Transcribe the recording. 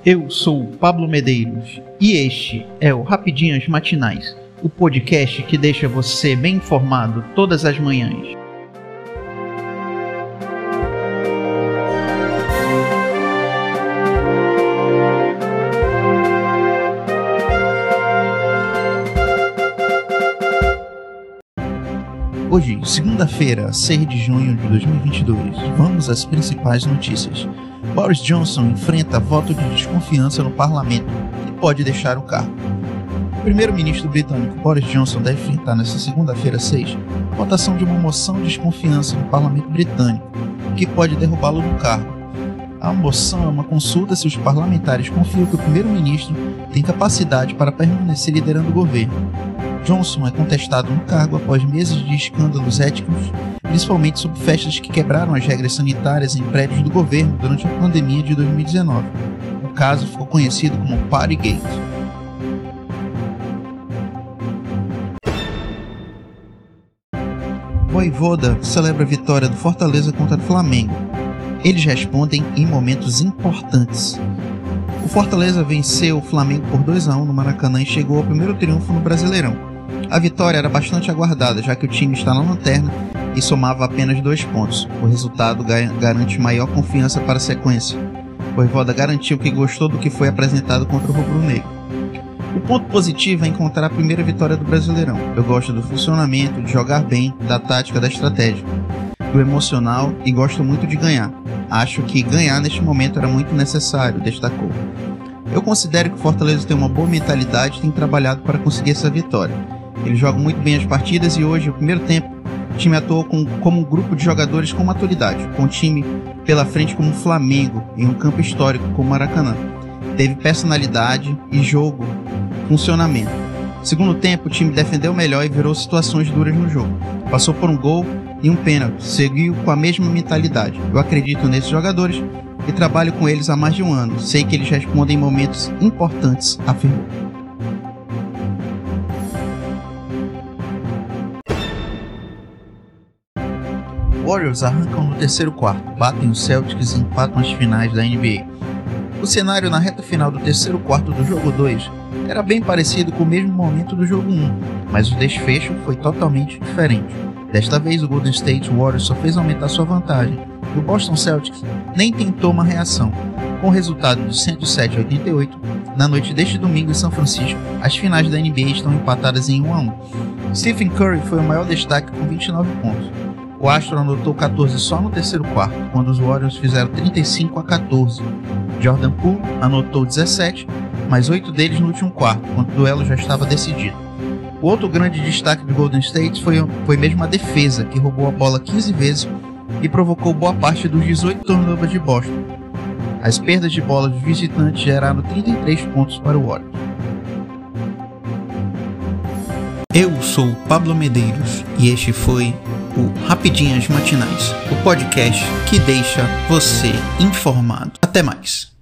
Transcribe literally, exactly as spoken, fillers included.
Eu sou o Pablo Medeiros e este é o Rapidinhas Matinais, o podcast que deixa você bem informado todas as manhãs. Hoje, segunda-feira, seis de junho de dois mil e vinte e dois, vamos às principais notícias. Boris Johnson enfrenta voto de desconfiança no parlamento e pode deixar o cargo. O primeiro-ministro britânico Boris Johnson deve enfrentar nesta segunda-feira, seis, a votação de uma moção de desconfiança no parlamento britânico, que pode derrubá-lo do cargo. A moção é uma consulta se os parlamentares confiam que o primeiro-ministro tem capacidade para permanecer liderando o governo. Johnson é contestado no cargo após meses de escândalos éticos, principalmente sobre festas que quebraram as regras sanitárias em prédios do governo durante a pandemia de dois mil e dezenove. O caso ficou conhecido como Partygate. Vojvoda celebra a vitória do Fortaleza contra o Flamengo. Eles respondem em momentos importantes. O Fortaleza venceu o Flamengo por dois a um no Maracanã e chegou ao primeiro triunfo no Brasileirão. A vitória era bastante aguardada, já que o time está na lanterna e somava apenas dois pontos. O resultado garante maior confiança para a sequência. O Vojvoda garantiu que gostou do que foi apresentado contra o rubro-negro. O ponto positivo é encontrar a primeira vitória do Brasileirão. Eu gosto do funcionamento, de jogar bem, da tática, da estratégia, do emocional e gosto muito de ganhar. Acho que ganhar neste momento era muito necessário, destacou. Eu considero que o Fortaleza tem uma boa mentalidade e tem trabalhado para conseguir essa vitória. Eles jogam muito bem as partidas e hoje, no primeiro tempo, o time atuou com, como um grupo de jogadores com maturidade, com o time pela frente como o Flamengo, em um campo histórico como o Maracanã. Teve personalidade e jogo, funcionamento. No segundo tempo, o time defendeu melhor e virou situações duras no jogo. Passou por um gol e um pênalti, seguiu com a mesma mentalidade. Eu acredito nesses jogadores e trabalho com eles há mais de um ano. Sei que eles respondem em momentos importantes, afirmou. Warriors arrancam no terceiro quarto, batem os Celtics e empatam as finais da N B A. O cenário na reta final do terceiro quarto do jogo dois era bem parecido com o mesmo momento do jogo um, mas o desfecho foi totalmente diferente. Desta vez o Golden State Warriors só fez aumentar sua vantagem e o Boston Celtics nem tentou uma reação. Com o resultado de cento e sete a oitenta e oito, na noite deste domingo em São Francisco, as finais da N B A estão empatadas em um a um. Stephen Curry foi o maior destaque com vinte e nove pontos. O astro anotou catorze só no terceiro quarto, quando os Warriors fizeram trinta e cinco a catorze. Jordan Poole anotou dezessete, mais oito deles no último quarto, quando o duelo já estava decidido. O outro grande destaque do Golden State foi, foi mesmo a defesa, que roubou a bola quinze vezes e provocou boa parte dos dezoito turnovers de Boston. As perdas de bola dos visitantes geraram trinta e três pontos para o Warriors. Eu sou o Pablo Medeiros e este foi o Rapidinhas Matinais, o podcast que deixa você informado. Até mais.